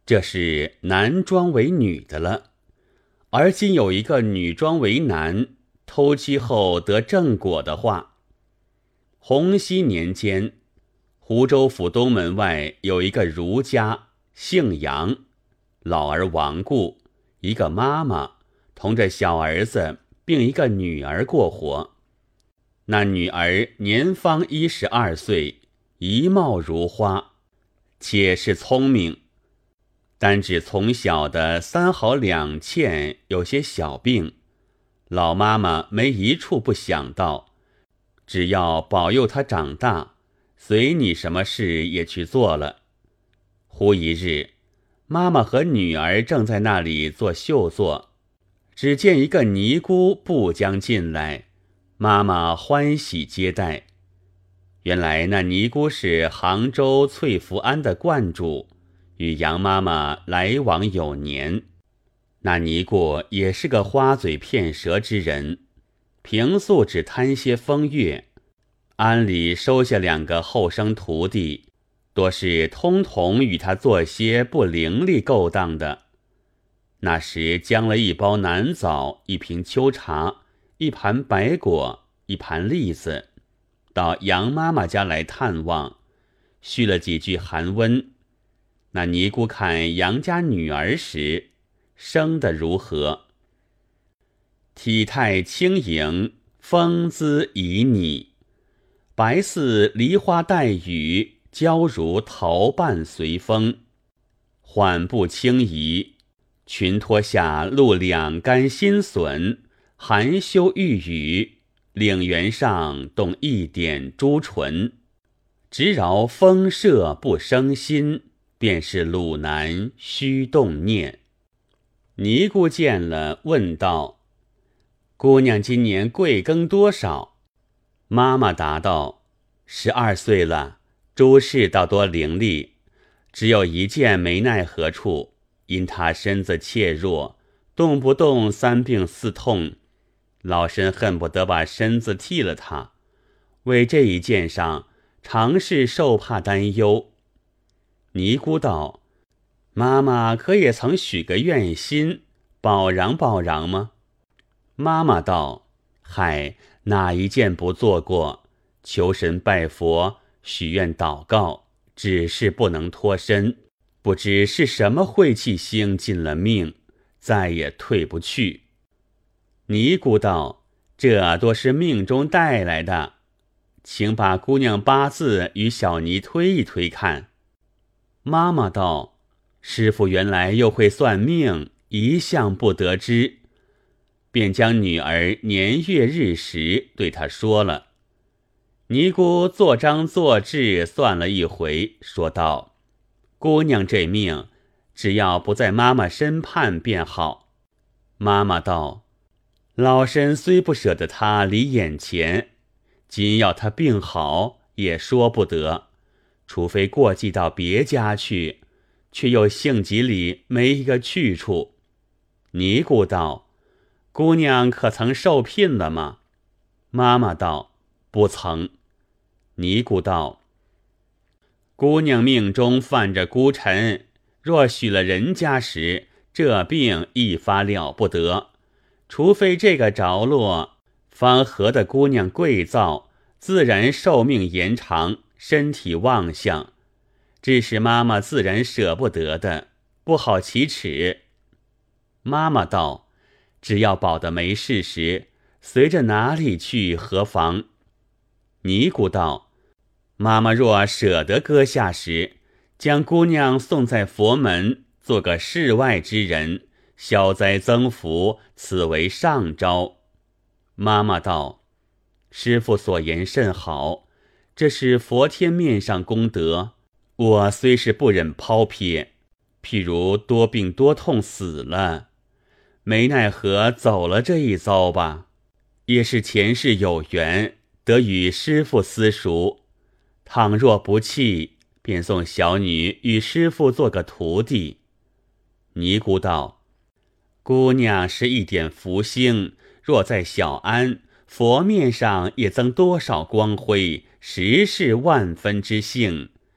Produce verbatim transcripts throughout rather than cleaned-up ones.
这是男装为女的了。而今有一个女装为男，偷妻后得正果的话。洪熙年间，湖州府东门外有一个儒家，姓杨，老儿亡故，一个妈妈同着小儿子并一个女儿过活。那女儿年方一十二岁，仪貌如花，且是聪明，单只从小的三好两欠有些小病，老妈妈没一处不想到，只要保佑她长大，随你什么事也去做了。忽一日，妈妈和女儿正在那里做绣作，只见一个尼姑步将进来，妈妈欢喜接待。原来那尼姑是杭州翠福庵的观主，与杨妈妈来往有年。那尼姑也是个花嘴骗舌之人，平素只贪些风月，庵里收下两个后生徒弟，多是通同与他做些不伶俐勾当的。那时将了一包南枣，一瓶秋茶，一盘白果，一盘栗子，到杨妈妈家来探望，叙了几句寒温。那尼姑看杨家女儿时，生得如何？体态轻盈，风姿旖旎，白似梨花带雨，娇如桃瓣随风。缓步轻移，裙脱下露两干新笋，含羞欲语，领缘上动一点朱唇，直饶风射不生心，便是鲁男须动念。尼姑见了，问道：姑娘今年贵庚多少？妈妈答道：十二岁了，诸事倒多伶俐，只有一件没奈何处，因她身子怯弱，动不动三病四痛，老身恨不得把身子替了她，为这一件上常是受怕担忧。尼姑道：妈妈可也曾许个愿心，保攘保攘吗？妈妈道：嗨，哪一件不做过？求神拜佛，许愿祷告，只是不能脱身，不知是什么晦气星进了命，再也退不去。尼姑道：这多是命中带来的，请把姑娘八字与小尼推一推看。妈妈道：师傅原来又会算命，一向不得知，便将女儿年月日时对她说了。尼姑做章做志算了一回，说道：姑娘这命，只要不在妈妈身畔便好。妈妈道：老身虽不舍得她离眼前，今要她病好也说不得，除非过继到别家去，却又性急里没一个去处。尼姑道：姑娘可曾受聘了吗？妈妈道：不曾。尼姑道：姑娘命中犯着孤臣，若许了人家时，这病一发了不得，除非这个着落，方合得姑娘贵造，自然寿命延长，身体旺相，致使妈妈自然舍不得的，不好启齿。妈妈道：只要保得没事时，随着哪里去何妨？尼姑道：妈妈若舍得搁下时，将姑娘送在佛门，做个世外之人，消灾增福，此为上招。妈妈道：师父所言甚好，这是佛天面上功德，我虽是不忍抛撇，譬如多病多痛死了，没奈何走了这一遭吧，也是前世有缘，得与师父私塾，倘若不弃，便送小女与师父做个徒弟。尼姑道：姑娘是一点福星，若在小安，佛面上也增多少光辉，实是万分之幸。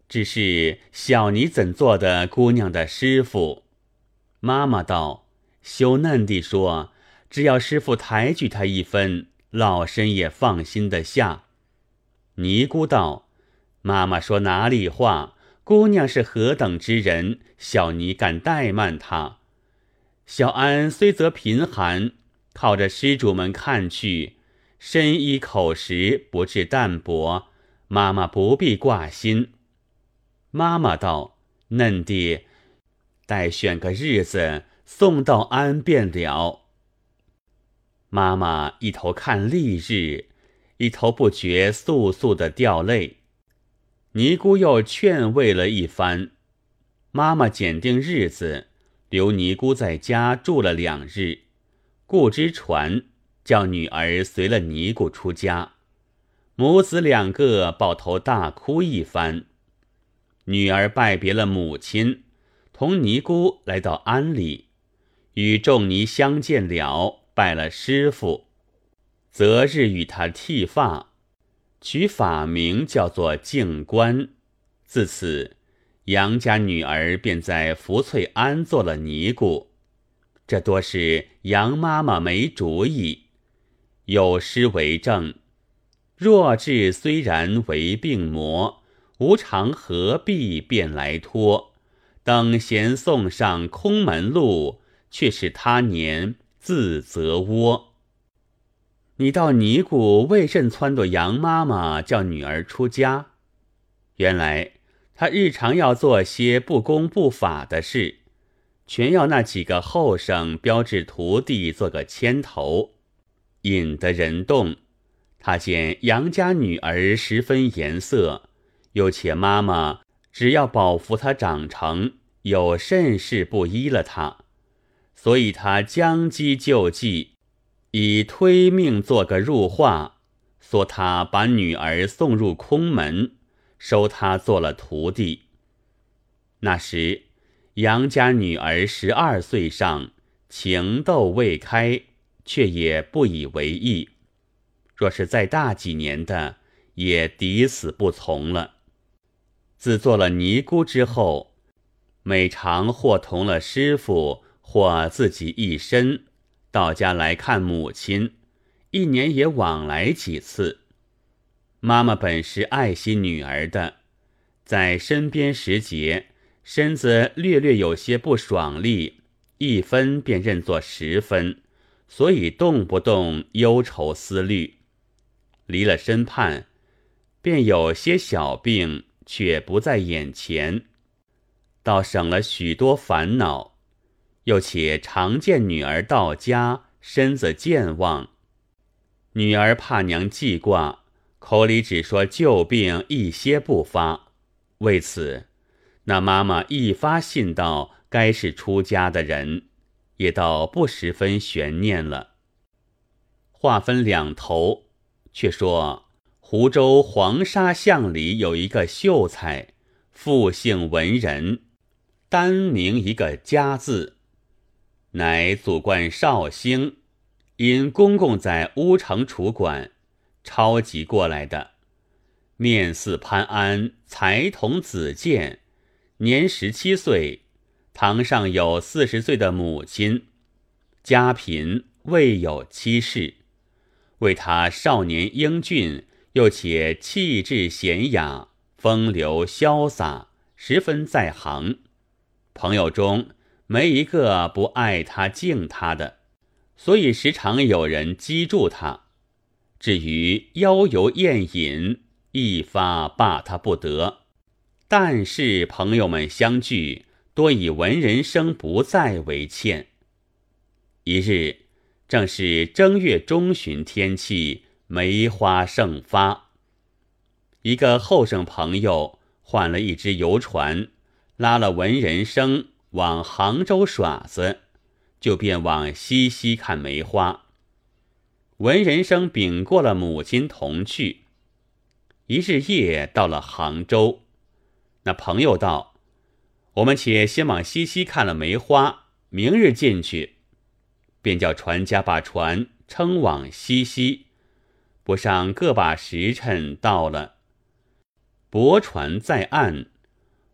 只是小尼怎做的姑娘的师傅？”妈妈道：“羞嫩地说，只要师傅抬举他一分，老身也放心得下。”尼姑道：“妈妈说哪里话？姑娘是何等之人，小尼敢怠慢她？小安虽则贫寒，靠着施主们看去，身衣口食不致淡薄，妈妈不必挂心。”妈妈道：“嫩弟，待选个日子送到安便了。”妈妈一头看丽日，一头不觉簌簌的掉泪。尼姑又劝慰了一番，妈妈拣定日子，留尼姑在家住了两日，故之传叫女儿随了尼姑出家。母子两个抱头大哭一番。女儿拜别了母亲，同尼姑来到庵里，与众尼相见了，拜了师傅，择日与他剃发，取法名叫做净观。自此杨家女儿便在福翠庵做了尼姑。这多是杨妈妈没主意，有诗为证：“弱智虽然为病魔，无常何必便来托。等闲送上空门路，却是他年自责窝。”你道尼姑为甚撺掇杨妈妈叫女儿出家？原来她日常要做些不公不法的事，全要那几个后生标致徒弟做个牵头，引得人动。他见杨家女儿十分颜色，又且妈妈只要保扶她长成，有甚事不依了她，所以他将计就计，以推命做个入画，说他把女儿送入空门，收她做了徒弟。那时杨家女儿十二岁上，情窦未开，却也不以为意。若是再大几年的，也抵死不从了。自做了尼姑之后，每常或同了师傅，或自己一身到家来看母亲，一年也往来几次。妈妈本是爱惜女儿的，在身边时节，身子略略有些不爽利，一分便认作十分，所以动不动忧愁思虑。离了身畔，便有些小病，却不在眼前，倒省了许多烦恼。又且常见女儿到家，身子健忘，女儿怕娘记挂，口里只说旧病一些不发。为此，那妈妈一发信到该是出家的人，也倒不十分悬念了。话分两头，却说湖州黄沙巷里有一个秀才，复姓文人，单名一个家字，乃祖贯绍兴，因公公在乌城处管，抄集过来的。面似潘安，才童子健，年十七岁，堂上有四十岁的母亲，家贫未有妻室，为他少年英俊，又且气质娴雅，风流潇洒，十分在行。朋友中没一个不爱他敬他的，所以时常有人击住他。至于邀游宴饮，一发罢他不得。但是朋友们相聚，多以文人生不在为歉。一日正是正月中旬天气，梅花盛发。一个后生朋友换了一只游船，拉了文人生往杭州耍子，就便往西溪看梅花。文人生禀过了母亲同去。一日夜到了杭州，那朋友道：“我们且先往西溪看了梅花，明日进去。”便叫船家把船撑往西溪，不上个把时辰到了。泊船在岸，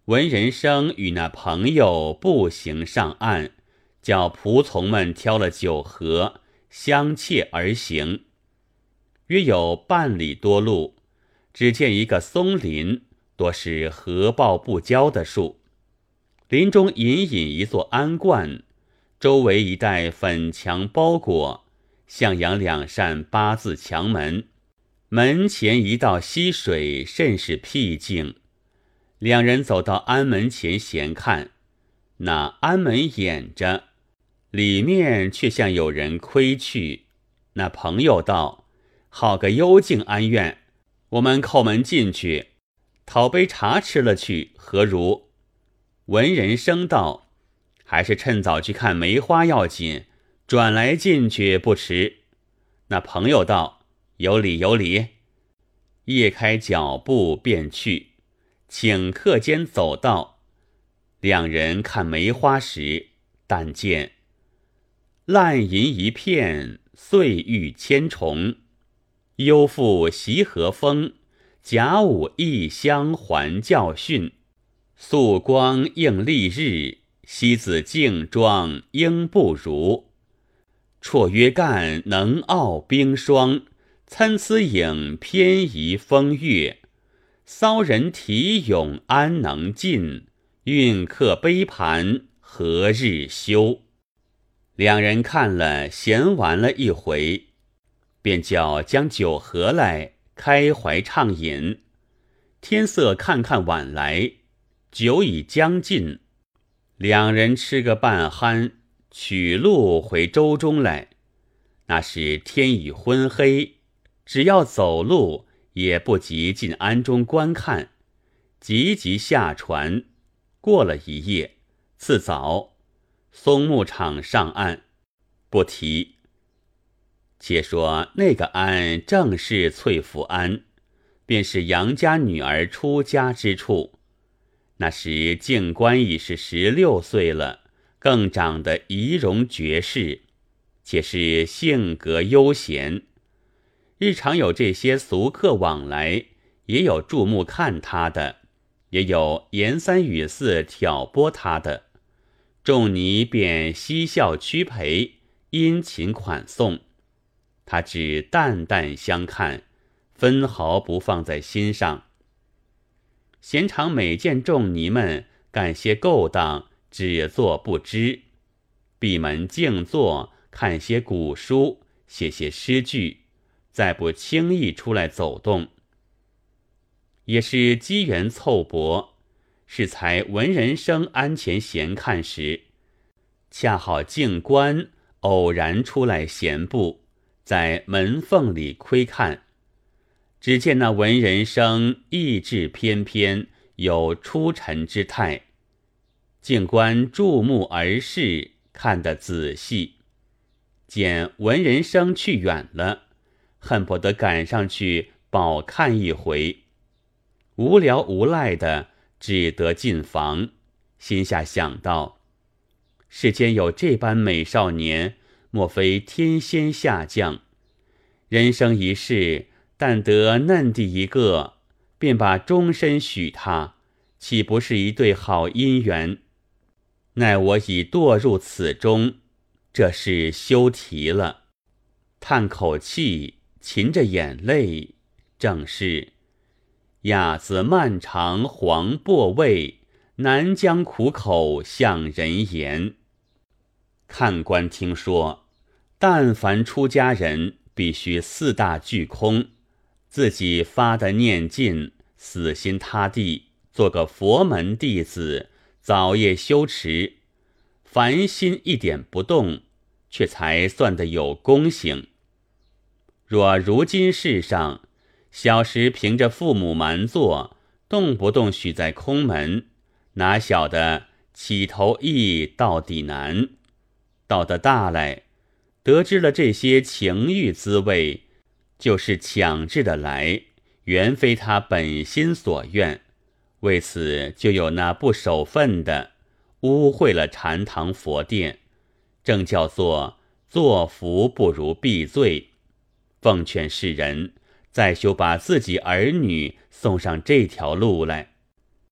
文人生与那朋友步行上岸，叫仆从们挑了酒盒，相切而行。约有半里多路，只见一个松林，多是合抱不交的树，林中隐隐一座安观，周围一带粉墙包裹，向阳两扇八字墙门，门前一道溪水，甚是僻静。两人走到安门前闲看，那安门掩着，里面却像有人窥去。那朋友道：好个幽静安院，我们叩门进去，讨杯茶吃了去，何如？文人生道：还是趁早去看梅花要紧，转来进去不迟。那朋友道：有理有理。夜开脚步便去，顷刻间走到，两人看梅花时，但见烂银一片，碎玉千重，幽妇习和风，甲午异香还教训。素光映丽日，西子镜妆应不如。绰约干能傲冰霜，参差影偏移风月。骚人题咏安能尽，韵客杯盘何日休？两人看了闲玩了一回，便叫将酒盒来，开怀畅饮。天色看看晚来，酒已将尽，两人吃个半酣，取路回舟中来。那时天已昏黑，只要走路也不及进安中观看，急急下船，过了一夜。次早，松木场上岸，不提。且说那个安正是翠福庵，便是杨家女儿出家之处。那时静观已是十六岁了，更长得仪容绝世，且是性格悠闲。日常有这些俗客往来，也有注目看他的，也有言三语四挑拨他的。众尼便嬉笑屈陪，殷勤款送，他只淡淡相看，分毫不放在心上。闲常每见众尼们干些勾当，只做不知，闭门静坐，看些古书，写些诗句，再不轻易出来走动。也是机缘凑薄，是才文人生安前闲看时，恰好静观偶然出来闲步，在门缝里窥看。只见那文人生意志翩翩，有出尘之态。静观注目而视，看得仔细，见文人生去远了，恨不得赶上去饱看一回。无聊无赖的，只得进房，心下想到：世间有这般美少年，莫非天仙下降？人生一世，但得嫩地一个，便把终身许他，岂不是一对好姻缘？奈我已堕入此中，这事休提了。叹口气，噙着眼泪，正是亚子漫长黄薄味，难将苦口向人言。看官听说，但凡出家人，必须四大俱空，自己发的念尽，死心塌地，做个佛门弟子，早夜修持，凡心一点不动，却才算得有功行。若如今世上，小时凭着父母瞒做，动不动许在空门，哪晓得起头易到底难。到得大来，得知了这些情欲滋味，就是强制的来，原非他本心所愿。为此就有那不守分的，污秽了禅堂佛殿，正叫做作福不如避罪。奉劝世人，再休把自己儿女送上这条路来。